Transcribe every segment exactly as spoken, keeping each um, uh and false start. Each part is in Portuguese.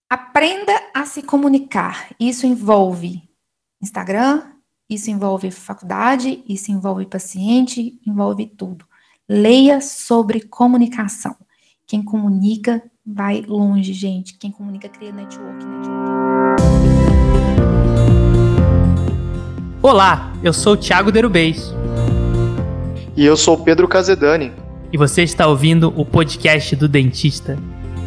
Aprenda a se comunicar. Isso envolve Instagram, isso envolve faculdade, isso envolve paciente, envolve tudo. Leia sobre comunicação. Quem comunica vai longe, gente. Quem comunica cria network, network. Olá, eu sou o Thiago Derubês. E eu sou o Pedro Casedani. E você está ouvindo o podcast do Dentista.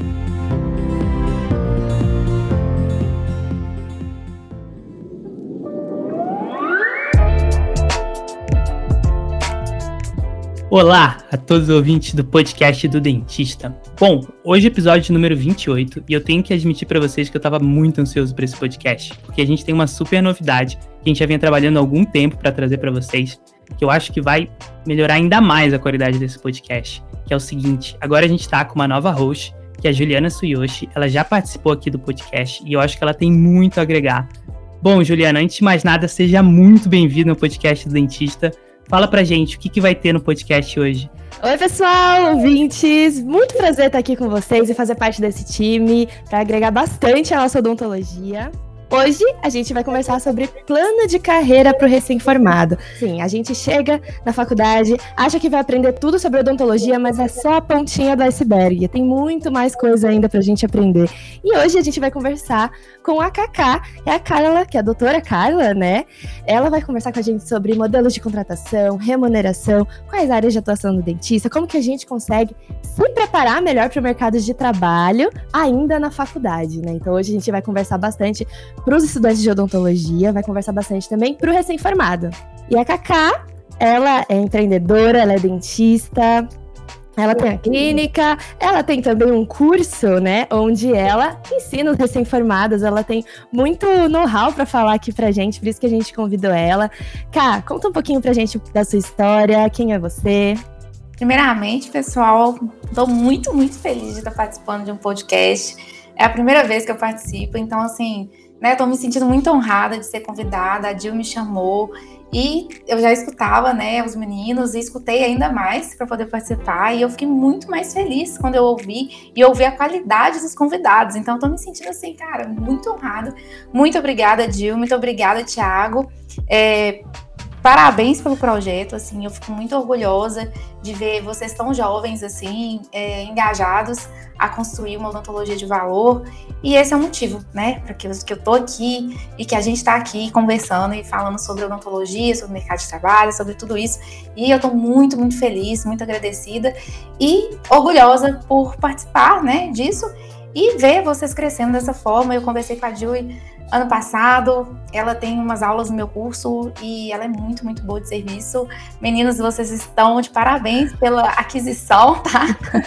Olá a todos os ouvintes do podcast do Dentista. Bom, hoje é o episódio número vinte e oito e eu tenho que admitir para vocês que eu estava muito ansioso por esse podcast, porque a gente tem uma super novidade que a gente já vinha trabalhando há algum tempo para trazer para vocês, que eu acho que vai melhorar ainda mais a qualidade desse podcast, que é o seguinte: agora a gente está com uma nova host, que é a Juliana Suyoshi. Ela já participou aqui do podcast e eu acho que ela tem muito a agregar. Bom, Juliana, antes de mais nada, seja muito bem-vinda ao podcast do Dentista. Fala pra gente, o que, que vai ter no podcast hoje? Oi, pessoal, ouvintes! Muito prazer estar aqui com vocês e fazer parte desse time para agregar bastante a nossa odontologia. Hoje a gente vai conversar sobre plano de carreira para o recém-formado. Sim, a gente chega na faculdade, acha que vai aprender tudo sobre odontologia, mas é só a pontinha do iceberg. Tem muito mais coisa ainda para a gente aprender. E hoje a gente vai conversar com a Cacá, é a Carla, que é a doutora Carla, né? Ela vai conversar com a gente sobre modelos de contratação, remuneração, quais áreas de atuação do dentista, como que a gente consegue se preparar melhor para o mercado de trabalho ainda na faculdade, né? Então hoje a gente vai conversar bastante para os estudantes de odontologia, vai conversar bastante também para o recém-formado. E a Cacá, ela é empreendedora, ela é dentista, ela tem a clínica, ela tem também um curso, né, onde ela ensina os recém-formados, ela tem muito know-how para falar aqui pra gente, por isso que a gente convidou ela. Cá, conta um pouquinho pra gente da sua história, quem é você? Primeiramente, pessoal, estou muito, muito feliz de estar participando de um podcast. É a primeira vez que eu participo, então, assim, né, estou me sentindo muito honrada de ser convidada. A Dil me chamou e eu já escutava, né, os meninos e escutei ainda mais para poder participar, e eu fiquei muito mais feliz quando eu ouvi e ouvi a qualidade dos convidados. Então, estou me sentindo assim, cara, muito honrada. Muito obrigada, Dil, muito obrigada, Thiago. É... Parabéns pelo projeto, assim, eu fico muito orgulhosa de ver vocês tão jovens, assim, é, engajados a construir uma odontologia de valor, e esse é o motivo, né, para que eu, que eu tô aqui e que a gente tá aqui conversando e falando sobre odontologia, sobre mercado de trabalho, sobre tudo isso, e eu tô muito, muito feliz, muito agradecida e orgulhosa por participar, né, disso e ver vocês crescendo dessa forma. Eu conversei com a Julie ano passado, ela tem umas aulas no meu curso e ela é muito, muito boa de serviço. Meninos, vocês estão de parabéns pela aquisição, tá?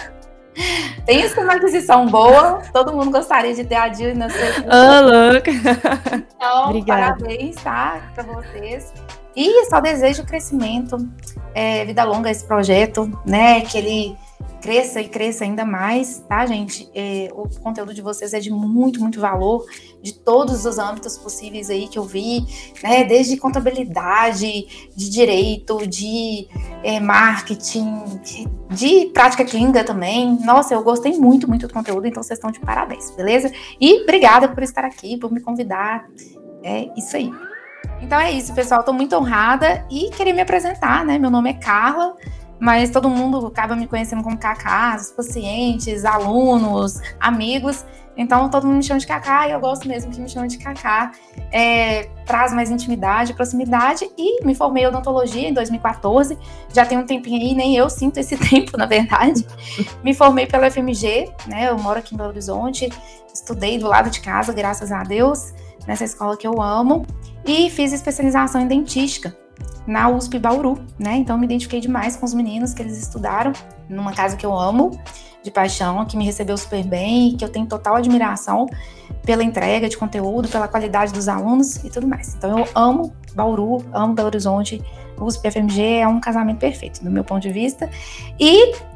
Pensa numa aquisição boa, todo mundo gostaria de ter a Jill na sua equipe. Ô, louca! Então, Obrigada. Parabéns, tá? Pra vocês. E só desejo crescimento, é, vida longa esse projeto, né? Que ele cresça e cresça ainda mais, tá, gente? É, o conteúdo de vocês é de muito, muito valor, de todos os âmbitos possíveis aí que eu vi, né? Desde contabilidade, de direito, de é, marketing, de prática clínica também. Nossa, eu gostei muito, muito do conteúdo, então vocês estão de parabéns, beleza? E obrigada por estar aqui, por me convidar. É isso aí. Então é isso, pessoal. Estou muito honrada e queria me apresentar, né? Meu nome é Carla, mas todo mundo acaba me conhecendo como Cacá, os pacientes, alunos, amigos. Então, todo mundo me chama de Cacá e eu gosto mesmo que me chamem de Cacá. É, traz mais intimidade, proximidade, e me formei em odontologia em dois mil e quatorze. Já tem um tempinho aí, nem eu sinto esse tempo, na verdade. Me formei pela F M G, né? Eu moro aqui em Belo Horizonte, estudei do lado de casa, graças a Deus, nessa escola que eu amo, e fiz especialização em dentística na U S P Bauru, né? Então me identifiquei demais com os meninos que eles estudaram numa casa que eu amo de paixão, que me recebeu super bem e que eu tenho total admiração pela entrega de conteúdo, pela qualidade dos alunos e tudo mais. Então eu amo Bauru, amo Belo Horizonte, U S P F M G é um casamento perfeito, do meu ponto de vista. E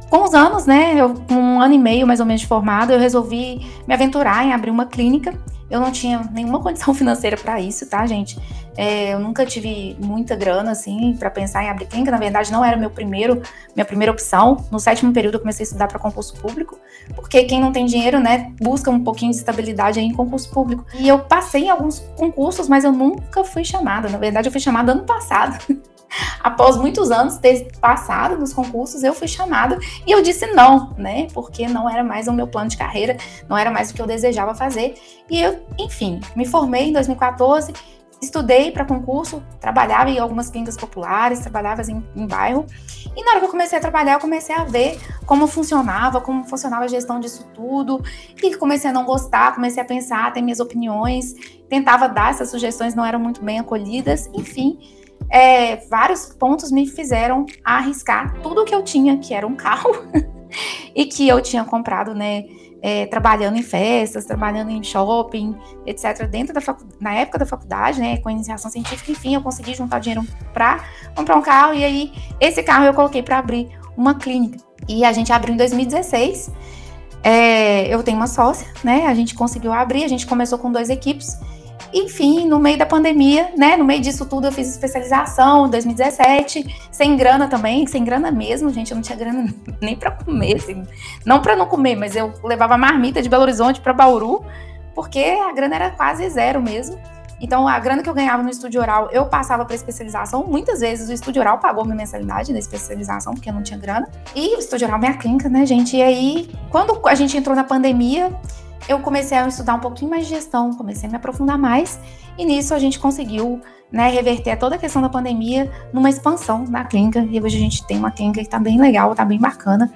com os anos, né, eu, com um ano e meio mais ou menos de formado, eu resolvi me aventurar em abrir uma clínica. Eu não tinha nenhuma condição financeira para isso, tá, gente? É, eu nunca tive muita grana, assim, para pensar em abrir clínica. Na verdade, não era meu primeiro, minha primeira opção. No sétimo período, eu comecei a estudar para concurso público, porque quem não tem dinheiro, né, busca um pouquinho de estabilidade aí em concurso público. E eu passei em alguns concursos, mas eu nunca fui chamada. Na verdade, eu fui chamada ano passado. Após muitos anos ter passado nos concursos, eu fui chamada e eu disse não, né? Porque não era mais o meu plano de carreira, não era mais o que eu desejava fazer. E eu, enfim, me formei em dois mil e quatorze, estudei para concurso, trabalhava em algumas clínicas populares, trabalhava em, em bairro. E na hora que eu comecei a trabalhar, eu comecei a ver como funcionava, como funcionava a gestão disso tudo. E comecei a não gostar, comecei a pensar, ter minhas opiniões, tentava dar essas sugestões, não eram muito bem acolhidas, enfim. É, vários pontos me fizeram arriscar tudo que eu tinha, que era um carro, e que eu tinha comprado, né, é, trabalhando em festas, trabalhando em shopping, etcétera, dentro da facu- na época da faculdade, né, com iniciação científica, enfim, eu consegui juntar dinheiro para comprar um carro, e aí esse carro eu coloquei para abrir uma clínica, e a gente abriu em dois mil e dezesseis, é, eu tenho uma sócia, né, a gente conseguiu abrir, a gente começou com duas equipes. Enfim, no meio da pandemia, né, no meio disso tudo eu fiz especialização em dois mil e dezessete, sem grana também, sem grana mesmo, gente, eu não tinha grana nem para comer, assim, não para não comer, mas eu levava marmita de Belo Horizonte para Bauru, porque a grana era quase zero mesmo. Então, a grana que eu ganhava no estúdio oral, eu passava para especialização, muitas vezes o estúdio oral pagou minha mensalidade da especialização, porque eu não tinha grana, e o estúdio oral é minha clínica, né, gente, e aí, quando a gente entrou na pandemia, eu comecei a estudar um pouquinho mais de gestão, comecei a me aprofundar mais, e nisso a gente conseguiu, né, reverter toda a questão da pandemia numa expansão da clínica, e hoje a gente tem uma clínica que tá bem legal, tá bem bacana.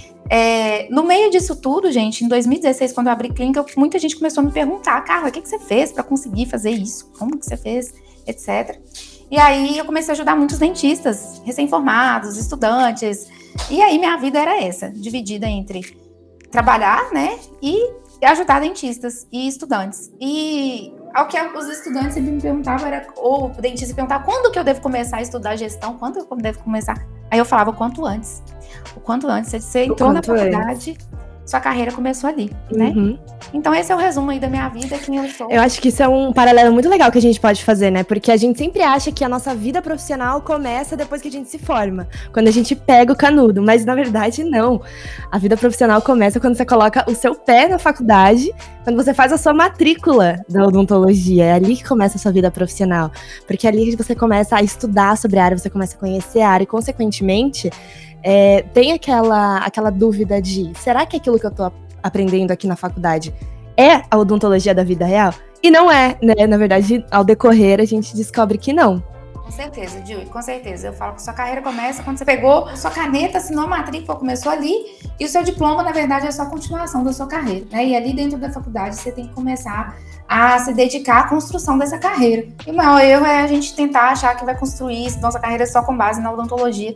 É, no meio disso tudo, gente, em dois mil e dezesseis, quando eu abri clínica, muita gente começou a me perguntar, Carla, o que, que você fez para conseguir fazer isso? Como que você fez? Etc. E aí eu comecei a ajudar muitos dentistas, recém-formados, estudantes, e aí minha vida era essa, dividida entre trabalhar, né, e ajudar dentistas e estudantes. E ao que os estudantes sempre me perguntavam, era, ou o dentista perguntava, quando que eu devo começar a estudar gestão? Quando eu devo começar? Aí eu falava, o quanto antes. O quanto antes. Você entrou na faculdade, sua carreira começou ali, né? Uhum. Então esse é o resumo aí da minha vida, quem eu sou. Eu acho que isso é um paralelo muito legal que a gente pode fazer, né? Porque a gente sempre acha que a nossa vida profissional começa depois que a gente se forma, quando a gente pega o canudo, mas na verdade não. A vida profissional começa quando você coloca o seu pé na faculdade, quando você faz a sua matrícula da odontologia. É ali que começa a sua vida profissional, porque é ali que você começa a estudar sobre a área, você começa a conhecer a área e, consequentemente, é, tem aquela, aquela dúvida de, será que aquilo que eu tô aprendendo aqui na faculdade é a odontologia da vida real? E não é, né? Na verdade, ao decorrer, a gente descobre que não. Com certeza, Julie, com certeza. Eu falo que sua carreira começa quando você pegou sua caneta, assinou a matrícula, começou ali, e o seu diploma, na verdade, é só a continuação da sua carreira, né? E ali dentro da faculdade, você tem que começar a se dedicar à construção dessa carreira. E o maior erro é a gente tentar achar que vai construir nossa carreira só com base na odontologia.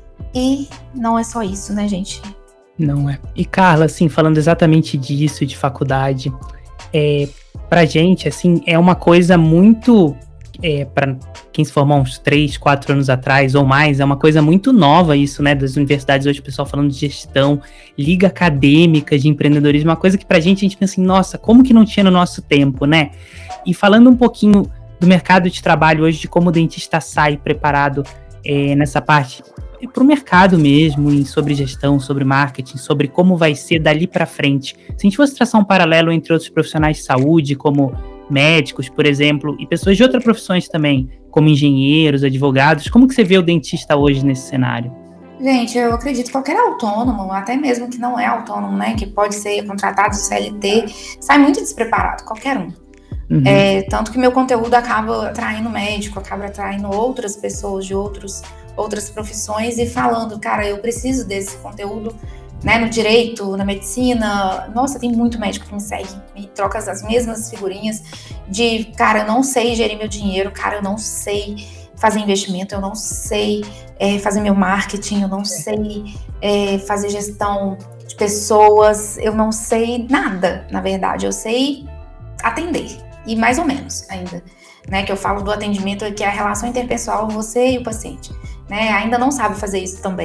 E não é só isso, né, gente? Não é. E Carla, assim, falando exatamente disso, de faculdade, é, pra gente, assim, é uma coisa muito, é, pra quem se formou uns três, quatro anos atrás ou mais, é uma coisa muito nova isso, né, das universidades hoje, o pessoal falando de gestão, liga acadêmica, de empreendedorismo, uma coisa que pra gente, a gente pensa assim, nossa, como que não tinha no nosso tempo, né? E falando um pouquinho do mercado de trabalho hoje, de como o dentista sai preparado é, nessa parte, para o mercado mesmo, e sobre gestão, sobre marketing, sobre como vai ser dali para frente. Se a gente fosse traçar um paralelo entre outros profissionais de saúde, como médicos, por exemplo, e pessoas de outras profissões também, como engenheiros, advogados, como que você vê o dentista hoje nesse cenário? Gente, eu acredito que qualquer autônomo, até mesmo que não é autônomo, né, que pode ser contratado do C L T, sai muito despreparado, qualquer um. Uhum. É, tanto que meu conteúdo acaba atraindo médico, acaba atraindo outras pessoas de outros outras profissões e falando, cara, eu preciso desse conteúdo, né, no direito, na medicina. Nossa, tem muito médico que me segue, me troca as mesmas figurinhas de, cara, eu não sei gerir meu dinheiro, cara, eu não sei fazer investimento, eu não sei é, fazer meu marketing, eu não sei é, fazer gestão de pessoas, eu não sei nada, na verdade, eu sei atender, e mais ou menos ainda, né, que eu falo do atendimento, que é a relação interpessoal, você e o paciente. Né, ainda não sabe fazer isso também.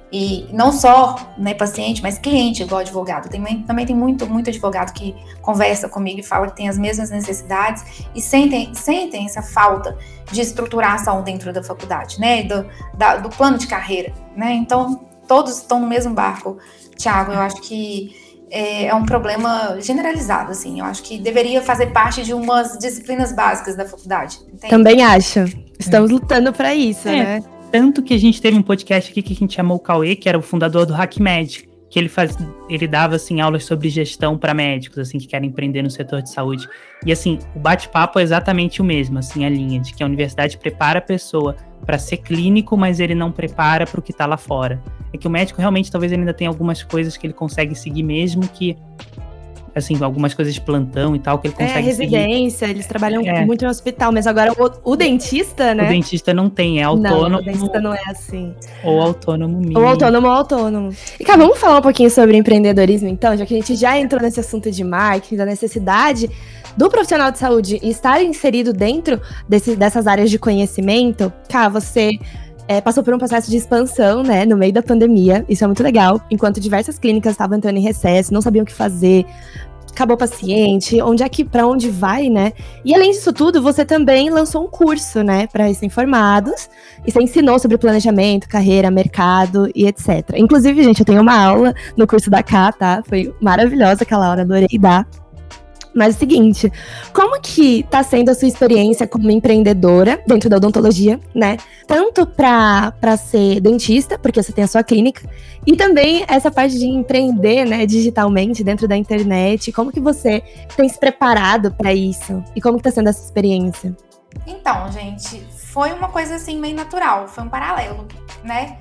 E não só, né, paciente, mas cliente, igual advogado. Tem, também tem muito, muito advogado que conversa comigo e fala que tem as mesmas necessidades e sentem, sentem essa falta de estruturação dentro da faculdade, né, do, da, do plano de carreira, né? Então, todos estão no mesmo barco, Thiago. Eu acho que é, é um problema generalizado, assim. Eu acho que deveria fazer parte de umas disciplinas básicas da faculdade. Entende? Também acho. Estamos é. lutando para isso, é. né? Tanto que a gente teve um podcast aqui que a gente chamou o Cauê, que era o fundador do HackMed, que ele, faz, ele dava, assim, aulas sobre gestão para médicos, assim, que querem empreender no setor de saúde. E, assim, o bate-papo é exatamente o mesmo, assim, a linha de que a universidade prepara a pessoa para ser clínico, mas ele não prepara para o que está lá fora. É que o médico, realmente, talvez ele ainda tenha algumas coisas que ele consegue seguir, mesmo que, assim, algumas coisas de plantão e tal, que ele consegue é, residência, seguir. Eles trabalham é. muito no hospital, mas agora o, o dentista, né? O dentista não tem, é autônomo. Não, o dentista não é assim. Ou autônomo mínimo. Ou autônomo ou autônomo. E, cara, vamos falar um pouquinho sobre empreendedorismo, então, já que a gente já entrou nesse assunto de marketing, da necessidade do profissional de saúde estar inserido dentro desse, dessas áreas de conhecimento. Cara, você é, passou por um processo de expansão, né, no meio da pandemia. Isso é muito legal. Enquanto diversas clínicas estavam entrando em recesso, não sabiam o que fazer, acabou o paciente, onde é que, pra onde vai, né? E além disso tudo, você também lançou um curso, né, para recém-formados, e você ensinou sobre planejamento, carreira, mercado e etcétera. Inclusive, gente, eu tenho uma aula no curso da Cá, tá? Foi maravilhosa aquela aula, adorei dar. Mas é o seguinte, como que tá sendo a sua experiência como empreendedora dentro da odontologia, né? Tanto pra, pra ser dentista, porque você tem a sua clínica, e também essa parte de empreender, né, digitalmente, dentro da internet. Como que você tem se preparado pra isso? E como que tá sendo essa experiência? Então, gente, foi uma coisa assim meio natural, foi um paralelo, né?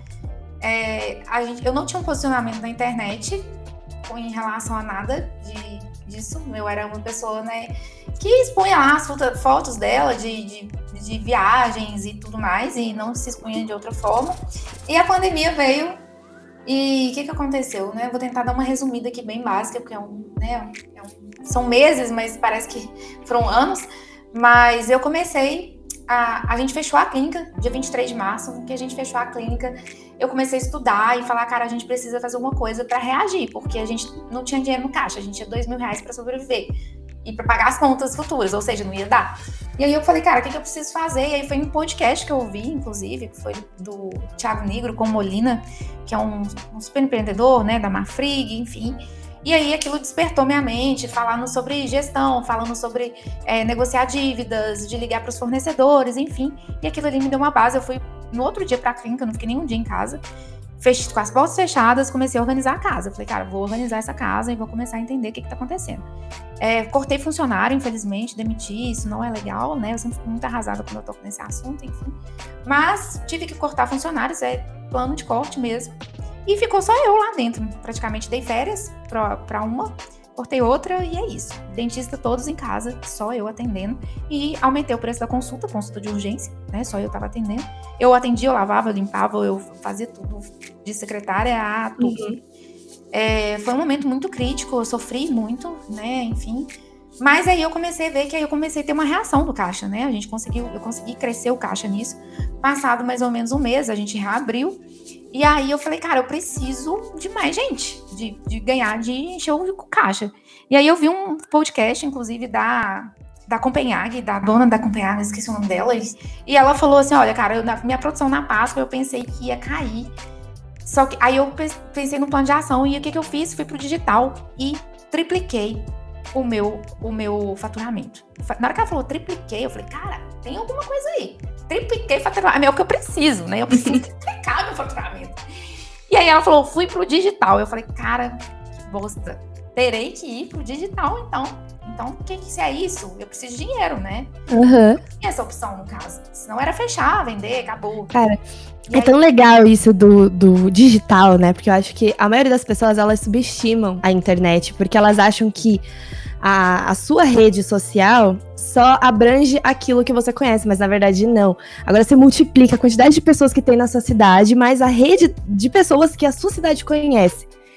É, a gente, eu não tinha um posicionamento na internet em relação a nada de... disso, eu era uma pessoa, né, que expunha lá as fotos dela de, de, de viagens e tudo mais, e não se expunha de outra forma, e a pandemia veio, e o que que aconteceu, né, eu vou tentar dar uma resumida aqui bem básica, porque é um, né, é um, são meses, mas parece que foram anos, mas eu comecei, a, a gente fechou a clínica, dia vinte e três de março, que a gente fechou a clínica, eu comecei a estudar e falar, cara, a gente precisa fazer alguma coisa para reagir, porque a gente não tinha dinheiro no caixa, a gente tinha dois mil reais para sobreviver e para pagar as contas futuras, ou seja, não ia dar. E aí eu falei, cara, o que, que eu preciso fazer? E aí foi um podcast que eu ouvi, inclusive, que foi do Thiago Negro com Molina, que é um, um super empreendedor, né, da Marfrig, enfim. E aí aquilo despertou minha mente, falando sobre gestão, falando sobre é, negociar dívidas, de ligar para os fornecedores, enfim. E aquilo ali me deu uma base. Eu fui no outro dia para a clínica, não fiquei nenhum dia em casa. Fech... Com as portas fechadas, comecei a organizar a casa. Eu falei, cara, vou organizar essa casa e vou começar a entender o que está acontecendo. É, cortei funcionário, infelizmente, demiti, isso não é legal, né? Eu sempre fico muito arrasada quando eu toco nesse assunto, enfim. Mas tive que cortar funcionários, é plano de corte mesmo. E ficou só eu lá dentro. Praticamente dei férias para uma, cortei outra e é isso. Dentista todos em casa, só eu atendendo. E aumentei o preço da consulta, consulta de urgência, né? Só eu tava atendendo. Eu atendia, eu lavava, eu limpava, eu fazia tudo, de secretária a tudo. Uhum. É, foi um momento muito crítico, eu sofri muito, né? Enfim. Mas aí eu comecei a ver que aí eu comecei a ter uma reação do caixa, né? A gente conseguiu, eu consegui crescer o caixa nisso. Passado mais ou menos um mês, a gente reabriu. E aí eu falei, cara, eu preciso de mais gente, de, de ganhar, de encher o caixa. E aí eu vi um podcast, inclusive, da, da Copenhague, da dona da Copenhague, esqueci o nome dela. E ela falou assim, olha, cara, eu, na, minha produção na Páscoa, eu pensei que ia cair. Só que aí eu pensei no plano de ação e o que, que eu fiz? Fui pro digital e tripliquei o meu, o meu faturamento. Na hora que ela falou tripliquei, eu falei, cara, tem alguma coisa aí. Tripliquei faturamento, é o que eu preciso, né? Eu preciso triplicar meu faturamento. E aí ela falou, fui pro digital. Eu falei, cara, que bosta. Terei que ir pro digital, então. Então, o que que é isso? Eu preciso de dinheiro, né? Uhum. Não tinha essa opção, no caso. Senão era fechar, vender, acabou. Cara, e é aí... tão legal isso do, do digital, né? Porque eu acho que a maioria das pessoas, elas subestimam a internet. Porque elas acham que a, a sua rede social só abrange aquilo que você conhece, mas na verdade não. Agora você multiplica a quantidade de pessoas que tem na sua cidade, mais a rede de pessoas que a sua cidade conhece.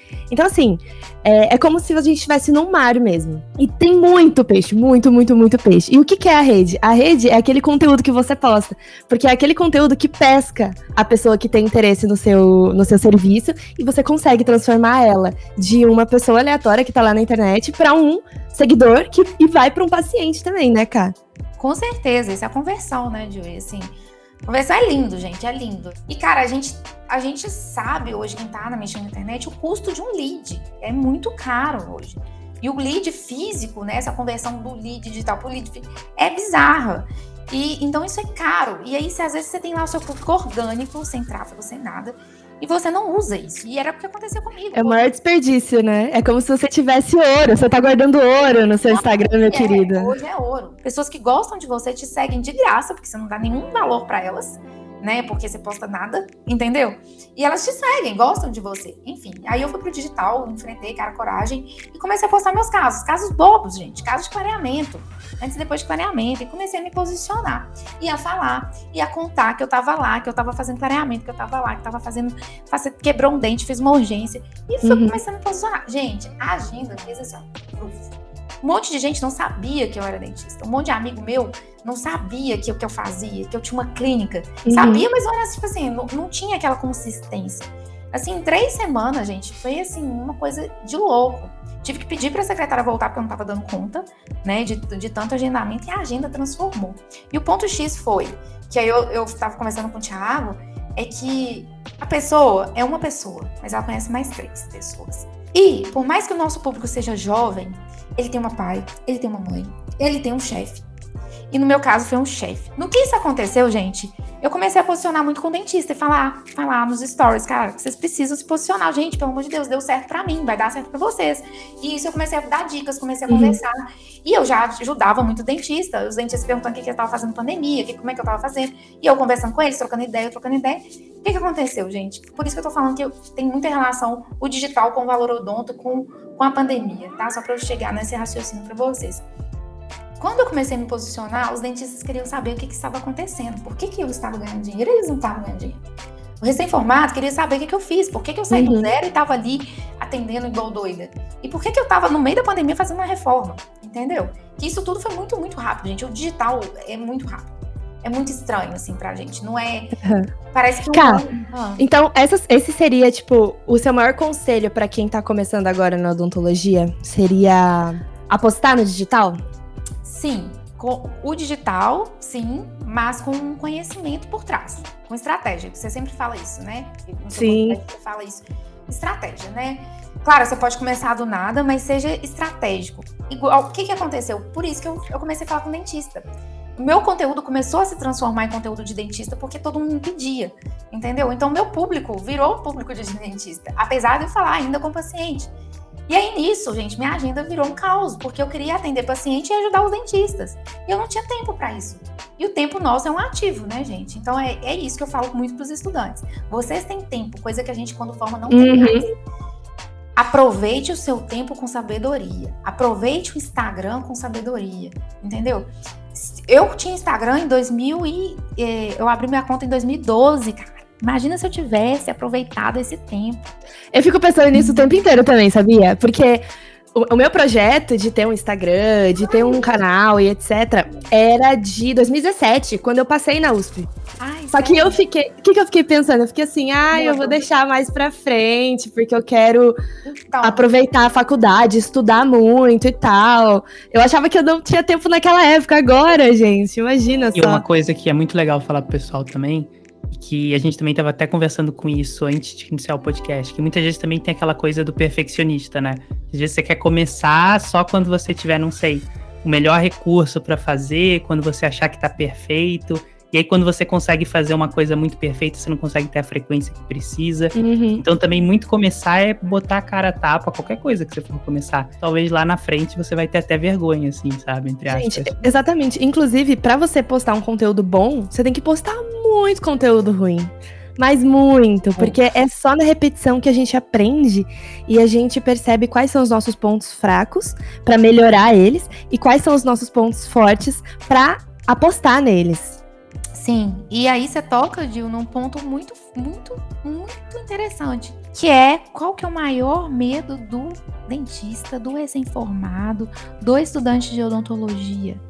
Então, assim, é, é como se a gente estivesse num mar mesmo. E tem muito peixe, muito, muito, muito peixe. E o que, que é a rede? A rede é aquele conteúdo que você posta. Porque é aquele conteúdo que pesca a pessoa que tem interesse no seu, no seu serviço e você consegue transformar ela de uma pessoa aleatória que tá lá na internet pra um seguidor que, e vai pra um paciente também, né, Ká? Com certeza, isso é a conversão, né, Joey? Assim, conversar é lindo, gente, é lindo. E, cara, a gente, a gente sabe hoje, quem tá mexendo na internet, o custo de um lead. É muito caro hoje. E o lead físico, né, essa conversão do lead digital pro lead físico, é bizarra. E, então isso é caro. E aí, se às vezes você tem lá o seu público orgânico, sem tráfego, sem nada, e você não usa isso. E era o que aconteceu comigo. É o maior desperdício, né? É como se você tivesse ouro. Você tá guardando ouro no seu Instagram, meu é, querido. Hoje é ouro. Pessoas que gostam de você te seguem de graça, porque você não dá nenhum valor pra elas, né? Porque você posta nada, entendeu? E elas te seguem, gostam de você. Enfim, aí eu fui pro digital, enfrentei, cara, coragem, e comecei a postar meus casos. Casos bobos, gente. Casos de clareamento. Antes e depois de clareamento. E comecei a me posicionar. E a falar. E a contar que eu tava lá, que eu tava fazendo clareamento, que eu tava lá, que eu tava fazendo... Face... Quebrou um dente, fiz uma urgência. E fui uhum. começando a me posicionar. Gente, a agenda fez assim, ó. Um monte de gente não sabia que eu era dentista. Um monte de amigo meu não sabia que o que eu fazia, que eu tinha uma clínica. Uhum. Sabia, mas não era tipo assim, não, não tinha aquela consistência. Assim, em três semanas, gente, foi assim, uma coisa de louco. Tive que pedir pra secretária voltar porque eu não tava dando conta, né, de, de tanto agendamento, e a agenda transformou. E o ponto X foi, que aí eu, eu tava conversando com o Thiago, é que a pessoa é uma pessoa, mas ela conhece mais três pessoas. E, por mais que o nosso público seja jovem, ele tem uma pai, ele tem uma mãe, ele tem um chefe. E no meu caso foi um chefe. No que isso aconteceu, gente, eu comecei a posicionar muito com o dentista e falar, falar nos stories, cara, vocês precisam se posicionar. Gente, pelo amor de Deus, deu certo pra mim, vai dar certo pra vocês. E isso eu comecei a dar dicas, comecei a conversar. Uhum. E eu já ajudava muito o dentista, os dentistas perguntando o que, que eu tava fazendo na pandemia, que, como é que eu tava fazendo. E eu conversando com eles, trocando ideia, trocando ideia. O que que aconteceu, gente? Por isso que eu tô falando que eu, tem muita relação o digital com o valor odonto, com, com a pandemia, tá? Só pra eu chegar nesse raciocínio pra vocês. Quando eu comecei a me posicionar, os dentistas queriam saber o que, que estava acontecendo. Por que, que eu estava ganhando dinheiro e eles não estavam ganhando dinheiro? O recém-formado queria saber o que, que eu fiz. Por que, que eu saí uhum. do zero e estava ali atendendo igual doida? E por que, que eu estava no meio da pandemia fazendo uma reforma? Entendeu? Que isso tudo foi muito, muito rápido, gente. O digital é muito rápido. É muito estranho, assim, pra gente. Não é... Uhum. Parece que... Cá, ah. Então, essa, esse seria, tipo, o seu maior conselho pra quem tá começando agora na odontologia? Seria apostar no digital? Sim, com o digital, sim, mas com um conhecimento por trás, com estratégia. Você sempre fala isso, né? Sim. Você fala isso. Estratégia, né? Claro, você pode começar do nada, mas seja estratégico. Igual, o que que aconteceu? Por isso que eu, eu comecei a falar com dentista. O meu conteúdo começou a se transformar em conteúdo de dentista porque todo mundo me pedia, entendeu? Então, meu público virou público de dentista, apesar de eu falar ainda com paciente. E aí, nisso, gente, minha agenda virou um caos, porque eu queria atender paciente e ajudar os dentistas. E eu não tinha tempo para isso. E o tempo nosso é um ativo, né, gente? Então, é, é isso que eu falo muito para os estudantes. Vocês têm tempo, coisa que a gente, quando forma, não tem mais. Uhum. Aproveite o seu tempo com sabedoria. Aproveite o Instagram com sabedoria, entendeu? Eu tinha Instagram em dois mil e... Eh, eu abri minha conta em dois mil e doze, cara. Imagina se eu tivesse aproveitado esse tempo. Eu fico pensando nisso o tempo inteiro também, sabia? Porque o, o meu projeto de ter um Instagram, de ter um canal e etcétera, era de dois mil e dezessete, quando eu passei na U S P. Ai, Só sério? que eu fiquei... O que, que eu fiquei pensando? Eu fiquei assim, ah, eu vou deixar mais pra frente, porque eu quero então, aproveitar a faculdade, estudar muito e tal. Eu achava que eu não tinha tempo naquela época. Agora, gente, imagina e só. E uma coisa que é muito legal falar pro pessoal também, que a gente também estava até conversando com isso antes de iniciar o podcast, que muitas vezes também tem aquela coisa do perfeccionista, né? Às vezes você quer começar só quando você tiver, não sei, o melhor recurso para fazer, quando você achar que tá perfeito, e aí quando você consegue fazer uma coisa muito perfeita, você não consegue ter a frequência que precisa. Uhum. Então também muito começar é botar a cara a tapa, qualquer coisa que você for começar. Talvez lá na frente você vai ter até vergonha, assim, sabe? Entre aspas. Gente, exatamente. Inclusive, para você postar um conteúdo bom, você tem que postar muito conteúdo ruim. Mas muito, porque é só na repetição que a gente aprende e a gente percebe quais são os nossos pontos fracos para melhorar eles e quais são os nossos pontos fortes para apostar neles. Sim, e aí você toca, Gil, num ponto muito, muito, muito interessante. que é qual que é o maior medo do dentista, do recém-formado, do estudante de odontologia?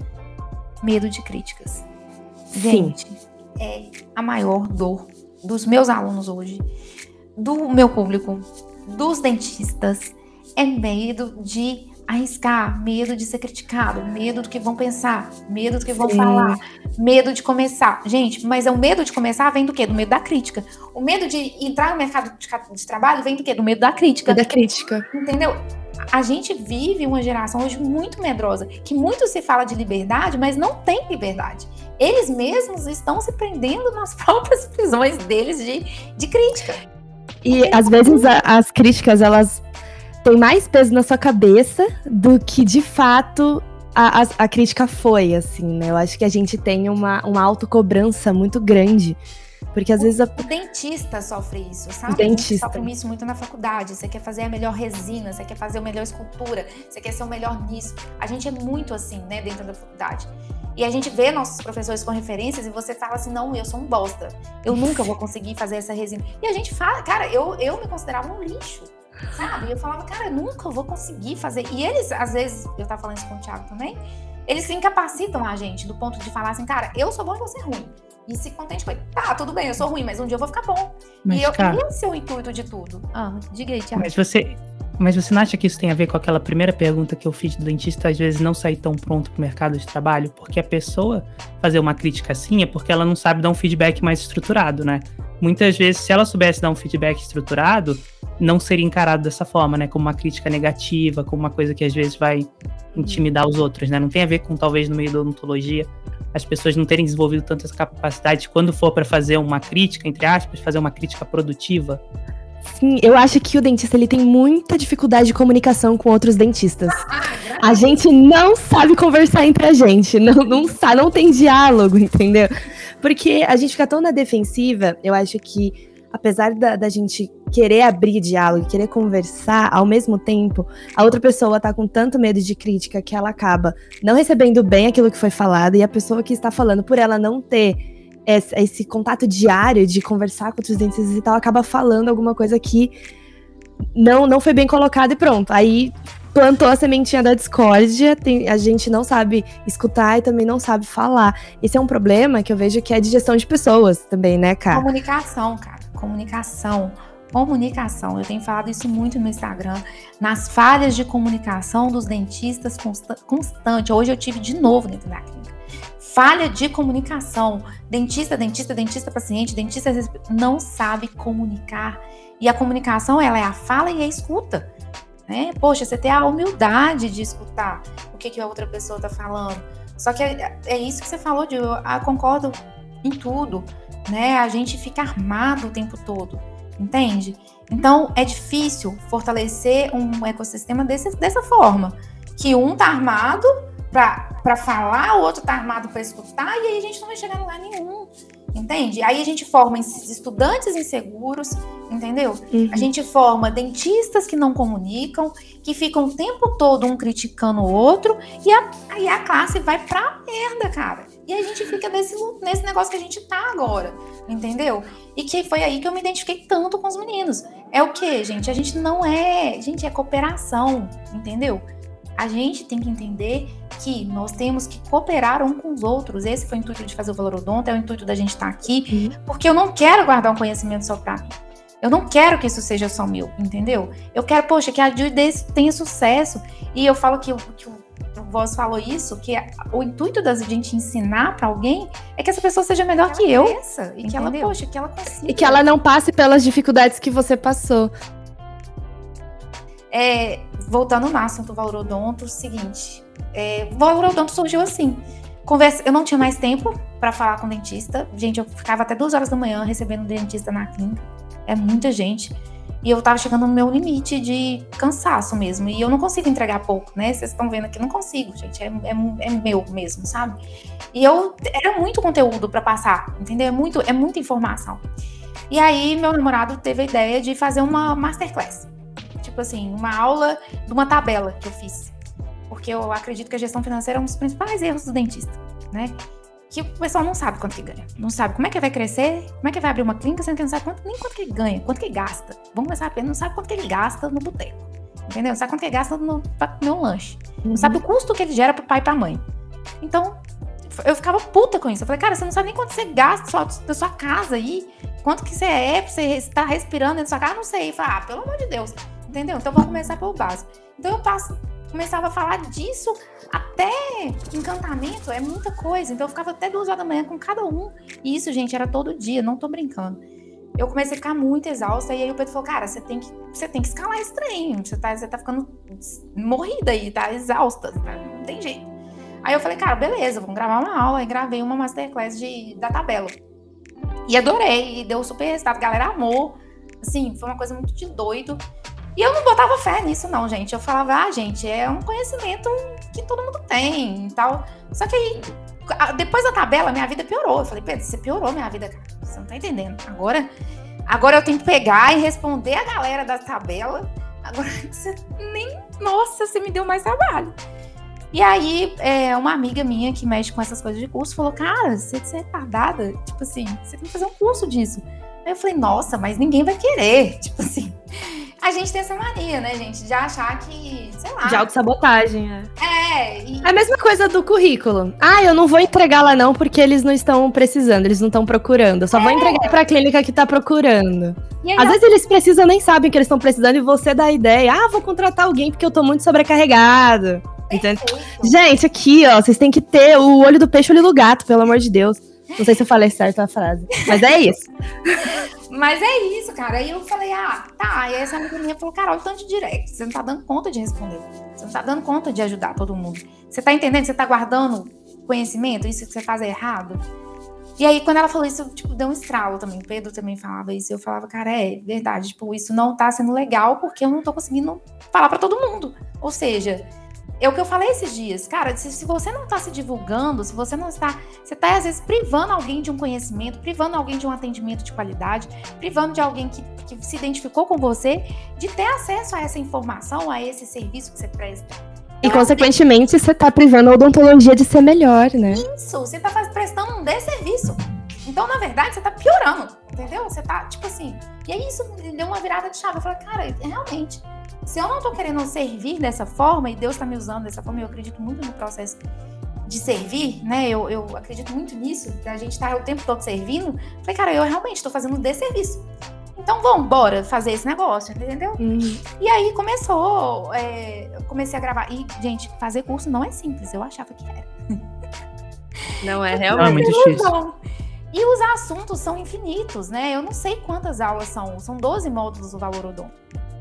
Medo de críticas. Gente, Sim. é a maior dor dos meus alunos hoje, do meu público, dos dentistas, é medo de arriscar, medo de ser criticado, medo do que vão pensar, medo do que vão Sim. falar, medo de começar. Gente, mas é o medo de começar vem do quê? Do medo da crítica. O medo de entrar no mercado de, de trabalho vem do quê? Do medo da crítica. Da crítica. Entendeu? A gente vive uma geração hoje muito medrosa, que muito se fala de liberdade, mas não tem liberdade. Eles mesmos estão se prendendo nas próprias prisões deles de, de crítica. E às vezes a, as críticas, elas têm mais peso na sua cabeça do que de fato a, a, a crítica foi, assim, né? Eu acho que a gente tem uma, uma autocobrança muito grande. Porque às o, vezes a... o dentista sofre isso, sabe? O dentista. A gente sofre isso muito na faculdade. Você quer fazer a melhor resina, você quer fazer a melhor escultura, você quer ser o melhor nisso. A gente é muito assim, né, dentro da faculdade. E a gente vê nossos professores com referências e você fala assim, não, eu sou um bosta. Eu nunca vou conseguir fazer essa resina. E a gente fala, cara, eu, eu me considerava um lixo, sabe? E eu falava, cara, eu nunca vou conseguir fazer. E eles, às vezes, eu tava falando isso com o Thiago também, eles se incapacitam a gente, do ponto de falar assim, cara, eu sou bom e você é ruim. E se contente com ele. Tá, tudo bem, eu sou ruim, mas um dia eu vou ficar bom. Mas, e eu, cara, esse é o intuito de tudo. Ah, diga aí, Thiago. Mas você, mas você não acha que isso tem a ver com aquela primeira pergunta que eu fiz do dentista, às vezes não sair tão pronto pro mercado de trabalho? Porque a pessoa fazer uma crítica assim é porque ela não sabe dar um feedback mais estruturado, né? Muitas vezes, se ela soubesse dar um feedback estruturado, não seria encarado dessa forma, né? Como uma crítica negativa, como uma coisa que às vezes vai intimidar os outros, né? Não tem a ver com, talvez, no meio da odontologia, as pessoas não terem desenvolvido tanto essa capacidade quando for para fazer uma crítica, entre aspas, fazer uma crítica produtiva. Sim, eu acho que o dentista ele tem muita dificuldade de comunicação com outros dentistas. A gente não sabe conversar entre a gente, não, não, sabe, não tem diálogo, entendeu? Porque a gente fica tão na defensiva, eu acho que apesar da, da gente querer abrir diálogo, querer conversar, ao mesmo tempo, a outra pessoa tá com tanto medo de crítica que ela acaba não recebendo bem aquilo que foi falado, e a pessoa que está falando, por ela não ter esse, esse contato diário de conversar com outros dentistas e tal, acaba falando alguma coisa que não, não foi bem colocada e pronto. Aí plantou a sementinha da discórdia, tem, a gente não sabe escutar e também não sabe falar. Esse é um problema que eu vejo que é de gestão de pessoas também, né, cara? Comunicação, cara. Comunicação. Comunicação. Eu tenho falado isso muito no Instagram. Nas falhas de comunicação dos dentistas consta- constante. Hoje eu tive de novo dentro da clínica. Falha de comunicação. Dentista, dentista, dentista, paciente, dentista não sabe comunicar. E a comunicação, ela é a fala e a escuta. Né? Poxa, você tem a humildade de escutar o que, que a outra pessoa está falando. Só que é, é isso que você falou, de, eu ah, concordo em tudo, né? A gente fica armado o tempo todo, entende? Então, é difícil fortalecer um ecossistema desse, dessa forma, que um tá armado para falar, o outro tá armado para escutar, e aí a gente não vai chegar em lugar nenhum. Entende? Aí a gente forma estudantes inseguros, entendeu? Uhum. A gente forma dentistas que não comunicam, que ficam o tempo todo um criticando o outro, e a, aí a classe vai pra merda, cara. E a gente fica nesse, nesse negócio que a gente tá agora, entendeu? E que foi aí que eu me identifiquei tanto com os meninos. É o quê, gente? A gente não é... Gente, é cooperação, entendeu? A gente tem que entender que nós temos que cooperar um com os outros. Esse foi o intuito de fazer o Valor Odonto, é o intuito da gente estar aqui, porque eu não quero guardar um conhecimento só pra mim. Eu não quero que isso seja só meu, entendeu? Eu quero, poxa, que a Juice tenha sucesso. E eu falo que, que o, o Voz falou isso, que o intuito da gente ensinar pra alguém é que essa pessoa seja melhor que, que eu. Pensa, e que ela, poxa, que ela consiga. E que ela não passe pelas dificuldades que você passou. É, voltando no assunto do Valor Odonto, o seguinte, é, o Valor Odonto surgiu assim, conversa, eu não tinha mais tempo para falar com o dentista, gente, eu ficava até duas horas da manhã recebendo dentista na clínica, é muita gente, e eu tava chegando no meu limite de cansaço mesmo, e eu não consigo entregar pouco, né, vocês estão vendo aqui, não consigo, gente, é, é, é meu mesmo, sabe, e eu, era muito conteúdo para passar, entendeu, é, muito, é muita informação, e aí meu namorado teve a ideia de fazer uma masterclass, tipo assim, uma aula de uma tabela que eu fiz. Porque eu acredito que a gestão financeira é um dos principais erros do dentista, né? que o pessoal não sabe quanto que ganha. Não sabe como é que vai crescer, como é que vai abrir uma clínica, sendo que não sabe quanto, nem quanto que ele ganha, quanto que ele gasta. Vamos começar a pensar, não sabe quanto que ele gasta no boteco. Entendeu? Não sabe quanto que ele gasta no, pra comer um lanche. Não Uhum. sabe o custo que ele gera pro pai e pra mãe. Então, eu ficava puta com isso. Eu falei, cara, você não sabe nem quanto você gasta só da sua casa aí. Quanto que você é, pra você estar respirando dentro da sua casa, não sei. Eu falei, ah, pelo amor de Deus. Entendeu? Então, vamos começar pelo básico. Então, eu passo, começava a falar disso até encantamento, é muita coisa. Então, eu ficava até duas horas da manhã com cada um. E isso, gente, era todo dia, não tô brincando. Eu comecei a ficar muito exausta, e aí o Pedro falou, cara, você tem que, você tem que escalar esse trem. Você tá, você tá ficando morrida aí, tá exausta, tá? Não tem jeito. Aí eu falei, cara, beleza, vamos gravar uma aula. Aí gravei uma masterclass de, da tabela. E adorei, e deu super resultado. A galera amou. Assim, foi uma coisa muito de doido. E eu não botava fé nisso, não, gente. Eu falava, ah, gente, é um conhecimento que todo mundo tem e tal. Só que aí, depois da tabela, minha vida piorou. Eu falei, Pedro, você piorou minha vida, cara. Você não tá entendendo. Agora, agora eu tenho que pegar e responder a galera da tabela. Agora você nem... Nossa, você me deu mais trabalho. E aí, é, uma amiga minha que mexe com essas coisas de curso falou, cara, você, você é retardada? Tipo assim, você tem que fazer um curso disso. Aí eu falei, nossa, mas ninguém vai querer. Tipo assim, a gente tem essa mania, né, gente? De achar que, sei lá... De autossabotagem, é. É, e... É a mesma coisa do currículo. Ah, eu não vou entregar lá não, porque eles não estão precisando, eles não estão procurando. Eu só é. vou entregar pra clínica que tá procurando. Aí, Às eu... vezes eles precisam, nem sabem que eles estão precisando, e você dá a ideia. Ah, vou contratar alguém porque eu tô muito sobrecarregado. Entende? Gente, aqui, ó, vocês têm que ter o olho do peixe e o olho do gato, pelo amor de Deus. Não sei se eu falei certo a frase, mas é isso. Mas é isso, cara. Aí eu falei, ah, tá. E aí essa amiga minha falou, Carol, o tanto de direct, você não tá dando conta de responder. Você não tá dando conta de ajudar todo mundo. Você tá entendendo? Você tá guardando conhecimento? Isso que você faz é errado? E aí, quando ela falou isso, tipo, deu um estralo também. O Pedro também falava isso. Eu falava, cara, é verdade. Tipo, isso não tá sendo legal porque eu não tô conseguindo falar pra todo mundo. Ou seja... É o que eu falei esses dias, cara, se, se você não está se divulgando, se você não está, você está às vezes privando alguém de um conhecimento, privando alguém de um atendimento de qualidade, privando de alguém que, que se identificou com você, de ter acesso a essa informação, a esse serviço que você presta. Então, e, consequentemente, você está privando a odontologia de ser melhor, né? Isso, você está prestando um desserviço. Então, na verdade, você está piorando, entendeu? Você está, tipo assim... E aí, isso deu uma virada de chave. Eu falei, cara, realmente... Se eu não tô querendo servir dessa forma, e Deus tá me usando dessa forma, eu acredito muito no processo de servir, né? Eu, eu acredito muito nisso, que a gente tá o tempo todo servindo. Falei, cara, eu realmente tô fazendo um desserviço. Então, vamos, bora fazer esse negócio, entendeu? Uhum. E aí começou, é, eu comecei a gravar. E, gente, fazer curso não é simples, eu achava que era. Não é realmente. É muito difícil. E os assuntos são infinitos, né? Eu não sei quantas aulas são, são doze módulos do Valor Odonto.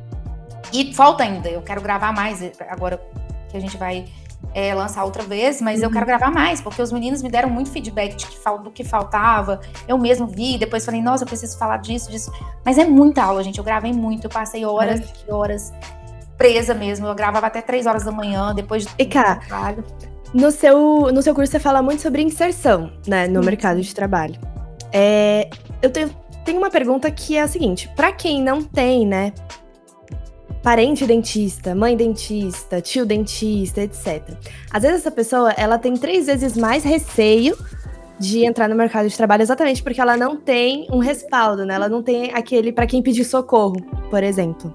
E falta ainda, eu quero gravar mais agora que a gente vai é, lançar outra vez, mas uhum. eu quero gravar mais, porque os meninos me deram muito feedback de que, do que faltava, eu mesmo vi, depois falei, nossa, eu preciso falar disso, disso, mas é muita aula, gente, eu gravei muito, eu passei horas e é. horas presa mesmo, eu gravava até três horas da manhã, depois do e, cara, trabalho. No seu, no seu curso você fala muito sobre inserção, né, no Sim. mercado de trabalho. É, eu tenho, tenho uma pergunta que é a seguinte, pra quem não tem, né, parente dentista, mãe dentista, tio dentista, etcétera. Às vezes essa pessoa, ela tem três vezes mais receio de entrar no mercado de trabalho exatamente porque ela não tem um respaldo, né? Ela não tem aquele para quem pedir socorro, por exemplo.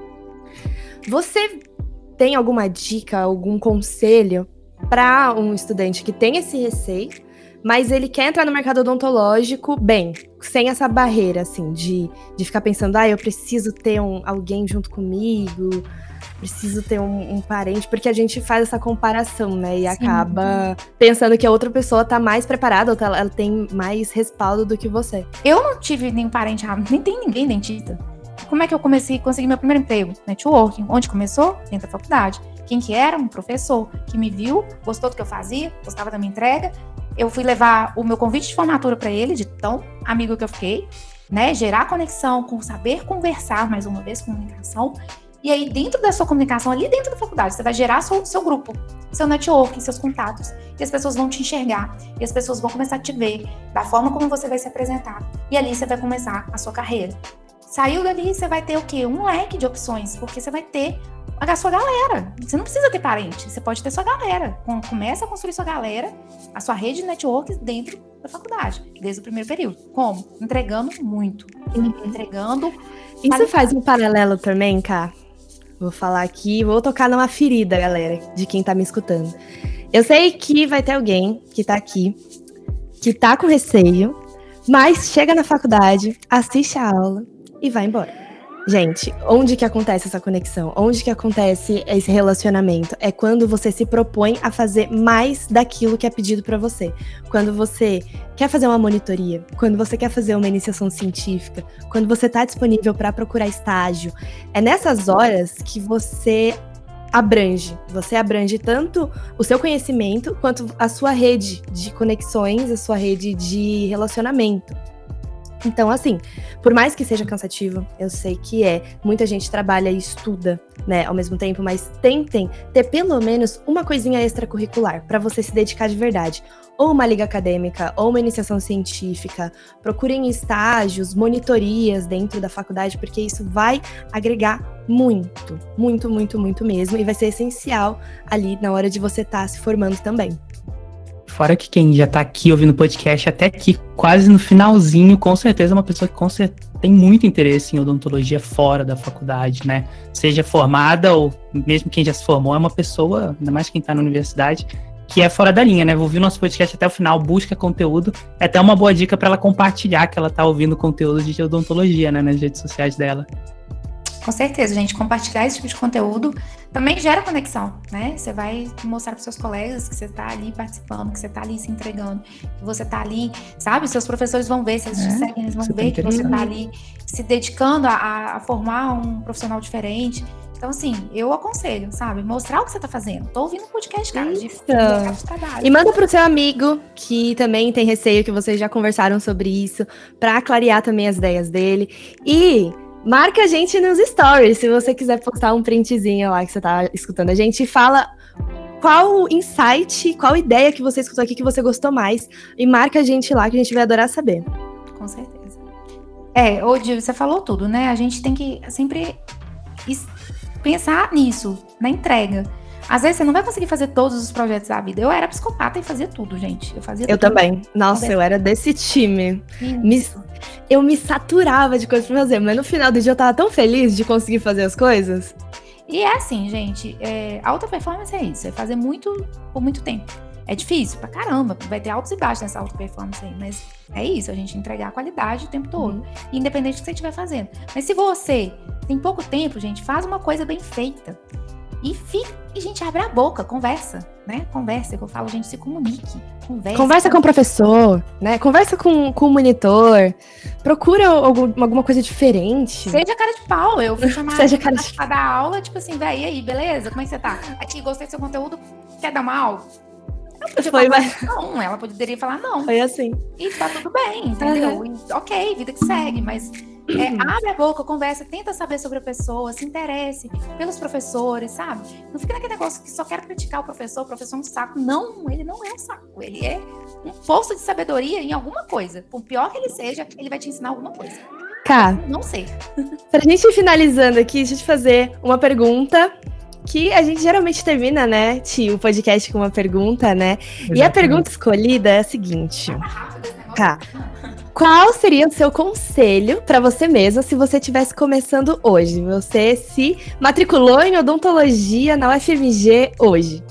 Você tem alguma dica, algum conselho para um estudante que tem esse receio, mas ele quer entrar no mercado odontológico bem, sem essa barreira, assim, de, de ficar pensando, ah, eu preciso ter um, alguém junto comigo, preciso ter um, um parente, porque a gente faz essa comparação, né, e Sim. acaba pensando que a outra pessoa tá mais preparada, ou ela, ela tem mais respaldo do que você. Eu não tive nenhum parente, nem tem ninguém dentista. Como é que eu comecei a conseguir meu primeiro emprego? Networking. Onde começou? Dentro da faculdade. Quem que era? Um professor que me viu, gostou do que eu fazia, gostava da minha entrega. Eu fui levar o meu convite de formatura para ele, de tão amigo que eu fiquei, né? Gerar conexão, com saber conversar, mais uma vez, comunicação. E aí, dentro da sua comunicação, ali dentro da faculdade, você vai gerar seu, seu grupo, seu networking, seus contatos. E as pessoas vão te enxergar. E as pessoas vão começar a te ver da forma como você vai se apresentar. E ali você vai começar a sua carreira. Saiu dali, você vai ter o quê? Um leque de opções, porque você vai ter a sua galera. Você não precisa ter parente, você pode ter sua galera. Começa a construir sua galera, a sua rede de network dentro da faculdade, desde o primeiro período. Como? Entregando muito. Uhum. Entregando. Isso faz um paralelo também, Ká. Vou falar aqui, vou tocar numa ferida, galera, de quem tá me escutando. Eu sei que vai ter alguém que tá aqui, que tá com receio, mas chega na faculdade, assiste a aula e vai embora. Gente, onde que acontece essa conexão? Onde que acontece esse relacionamento? É quando você se propõe a fazer mais daquilo que é pedido pra você. Quando você quer fazer uma monitoria, quando você quer fazer uma iniciação científica, quando você tá disponível para procurar estágio. É nessas horas que você abrange. Você abrange tanto o seu conhecimento quanto a sua rede de conexões, a sua rede de relacionamento. Então, assim, por mais que seja cansativo, eu sei que é, muita gente trabalha e estuda, né, ao mesmo tempo, mas tentem ter pelo menos uma coisinha extracurricular para você se dedicar de verdade. Ou uma liga acadêmica, ou uma iniciação científica, procurem estágios, monitorias dentro da faculdade, porque isso vai agregar muito, muito, muito, muito mesmo, e vai ser essencial ali na hora de você estar se formando também. Fora que quem já tá aqui ouvindo o podcast até aqui, quase no finalzinho, com certeza é uma pessoa que com certeza tem muito interesse em odontologia fora da faculdade, né? Seja formada ou mesmo quem já se formou, é uma pessoa, ainda mais quem tá na universidade, que é fora da linha, né? Vou ouvir o nosso podcast até o final, busca conteúdo. É até uma boa dica para ela compartilhar que ela tá ouvindo conteúdo de odontologia, né? Nas redes sociais dela. Com certeza, gente, compartilhar esse tipo de conteúdo também gera conexão, né? Você vai mostrar para seus colegas que você tá ali participando, que você tá ali se entregando, que você tá ali, sabe? Seus professores vão ver, se eles te É, seguem, eles vão você ver tá que você tá ali se dedicando a, a formar um profissional diferente. Então, assim, eu aconselho, sabe? Mostrar o que você tá fazendo. Tô ouvindo um podcast, cara, de, de mercado de trabalho. E manda pro seu amigo, que também tem receio, que vocês já conversaram sobre isso, pra clarear também as ideias dele. E marca a gente nos stories, se você quiser postar um printzinho lá que você tá escutando a gente, e fala qual insight, qual ideia que você escutou aqui que você gostou mais, e marca a gente lá que a gente vai adorar saber. Com certeza. É, hoje você falou tudo, né? A gente tem que sempre pensar nisso, na entrega. Às vezes você não vai conseguir fazer todos os projetos da vida. Eu era psicopata e fazia tudo, gente. Eu fazia Eu tudo. também. Nossa, eu era desse time. Me, eu me saturava de coisas pra fazer, mas no final do dia eu tava tão feliz de conseguir fazer as coisas. E é assim, gente, é, alta performance é isso, é fazer muito por muito tempo. É difícil pra caramba, vai ter altos e baixos nessa alta performance aí, mas é isso, a gente entregar a qualidade o tempo todo, uhum. Independente do que você estiver fazendo. Mas se você tem pouco tempo, gente, faz uma coisa bem feita. E fica, e gente, abre a boca, conversa, né? Conversa, que eu falo, gente, se comunique, conversa. Conversa com o professor, né? Conversa com, com o monitor, procura algum, alguma coisa diferente. Seja cara de pau, eu fui chamar Seja cara de pra dar aula, tipo assim, véi, e aí, beleza? Como é que você tá? Aqui, gostei do seu conteúdo, quer dar uma aula? Foi, falar, mas... Não, ela poderia falar não. Foi assim. E tá tudo bem, entendeu? Uhum. E, ok, vida que segue, mas... É, abre a boca, conversa, tenta saber sobre a pessoa, se interesse pelos professores, sabe? Não fica naquele negócio que só quer criticar o professor, o professor é um saco. Não, ele não é um saco, ele é um poço de sabedoria em alguma coisa. Por pior que ele seja, ele vai te ensinar alguma coisa. Cá, não sei. Pra gente ir finalizando aqui, deixa eu te fazer uma pergunta que a gente geralmente termina, né, Ti, o podcast com uma pergunta, né? Exatamente. E a pergunta escolhida é a seguinte. Cá, qual seria o seu conselho para você mesma se você estivesse começando hoje? Você se matriculou em odontologia na U F M G hoje.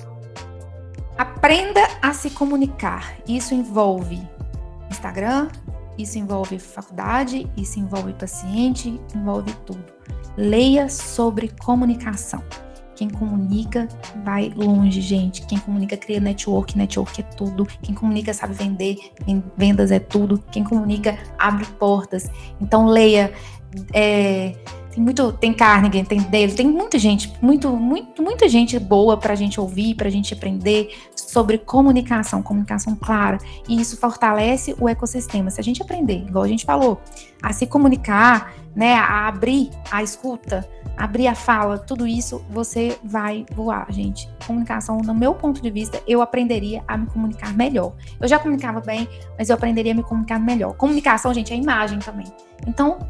Aprenda a se comunicar. Isso envolve Instagram, isso envolve faculdade, isso envolve paciente, envolve tudo. Leia sobre comunicação. Quem comunica vai longe, gente. Quem comunica cria network, network é tudo. Quem comunica sabe vender, vendas é tudo. Quem comunica abre portas. Então leia. É, tem muito, tem Carnegie, tem Dale, tem muita gente, muito, muito, muita gente boa pra gente ouvir, pra gente aprender sobre comunicação, comunicação clara. E isso fortalece o ecossistema. Se a gente aprender, igual a gente falou, a se comunicar, né, a abrir a escuta, abrir a fala, tudo isso, você vai voar, gente. Comunicação, no meu ponto de vista, eu aprenderia a me comunicar melhor. Eu já comunicava bem, mas eu aprenderia a me comunicar melhor. Comunicação, gente, é imagem também. Então, eu acho que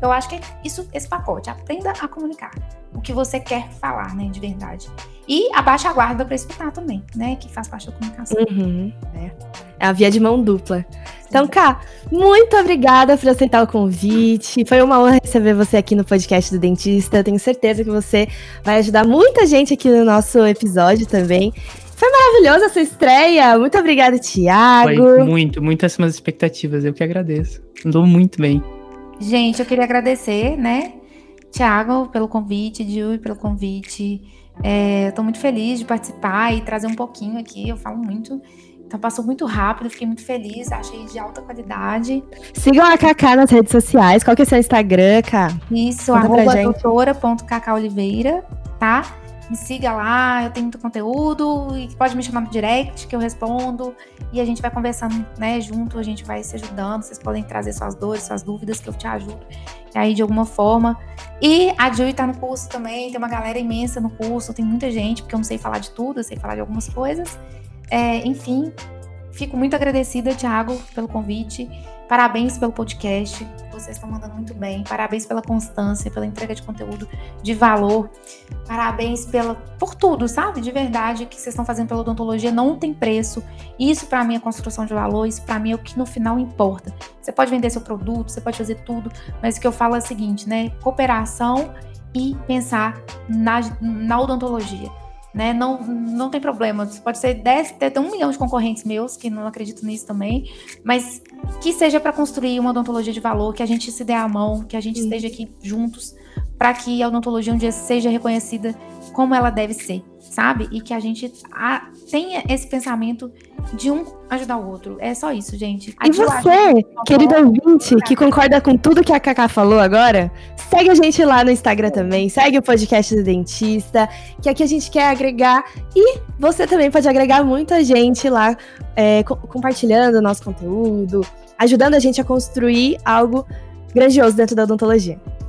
isso, esse pacote. Aprenda a comunicar o que você quer falar, né, de verdade. E abaixa a guarda para escutar também, né, que faz parte da comunicação. Uhum, né? É a via de mão dupla. Então, Ká, muito obrigada por aceitar o convite. Foi uma honra receber você aqui no podcast do Dentista. Tenho certeza que você vai ajudar muita gente aqui no nosso episódio também. Foi maravilhosa essa estreia. Muito obrigada, Thiago. Foi muito, muito acima das expectativas. Eu que agradeço. Andou muito bem. Gente, eu queria agradecer, né, Thiago, pelo convite, Ju, pelo convite. É, eu tô muito feliz de participar e trazer um pouquinho aqui. Eu falo muito. Então passou muito rápido, fiquei muito feliz, achei de alta qualidade. Sigam a Cacá nas redes sociais. Qual que é o seu Instagram, Ká? Isso, Conta pra arroba gente. doutora ponto cacá oliveira, tá? Me siga lá, eu tenho muito conteúdo e pode me chamar no direct que eu respondo e a gente vai conversando, né, junto, a gente vai se ajudando, vocês podem trazer suas dores, suas dúvidas que eu te ajudo aí de alguma forma. E a Julie tá no curso também, tem uma galera imensa no curso, tem muita gente, porque eu não sei falar de tudo, eu sei falar de algumas coisas. É, enfim, fico muito agradecida, Thiago, pelo convite. Parabéns pelo podcast. Vocês estão mandando muito bem. Parabéns pela constância, pela entrega de conteúdo de valor. Parabéns pela, por tudo, sabe? De verdade, que vocês estão fazendo pela odontologia não tem preço. Isso para mim é construção de valor. Isso para mim é o que no final importa. Você pode vender seu produto, você pode fazer tudo, mas o que eu falo é o seguinte, né? Cooperação e pensar na, na odontologia. Né? Não, não tem problema, pode ser dez, ter um milhão de concorrentes meus, que não acredito nisso também, mas que seja para construir uma odontologia de valor, que a gente se dê a mão, que a gente Sim. esteja aqui juntos, para que a odontologia um dia seja reconhecida como ela deve ser, sabe? E que a gente a, tenha esse pensamento de um ajudar o outro. É só isso, gente. A e você, querido ouvinte, que concorda com tudo que a Cacá falou agora, segue a gente lá no Instagram também, segue o podcast do Dentista, que aqui a gente quer agregar, e você também pode agregar muita gente lá, é, co- compartilhando o nosso conteúdo, ajudando a gente a construir algo grandioso dentro da odontologia.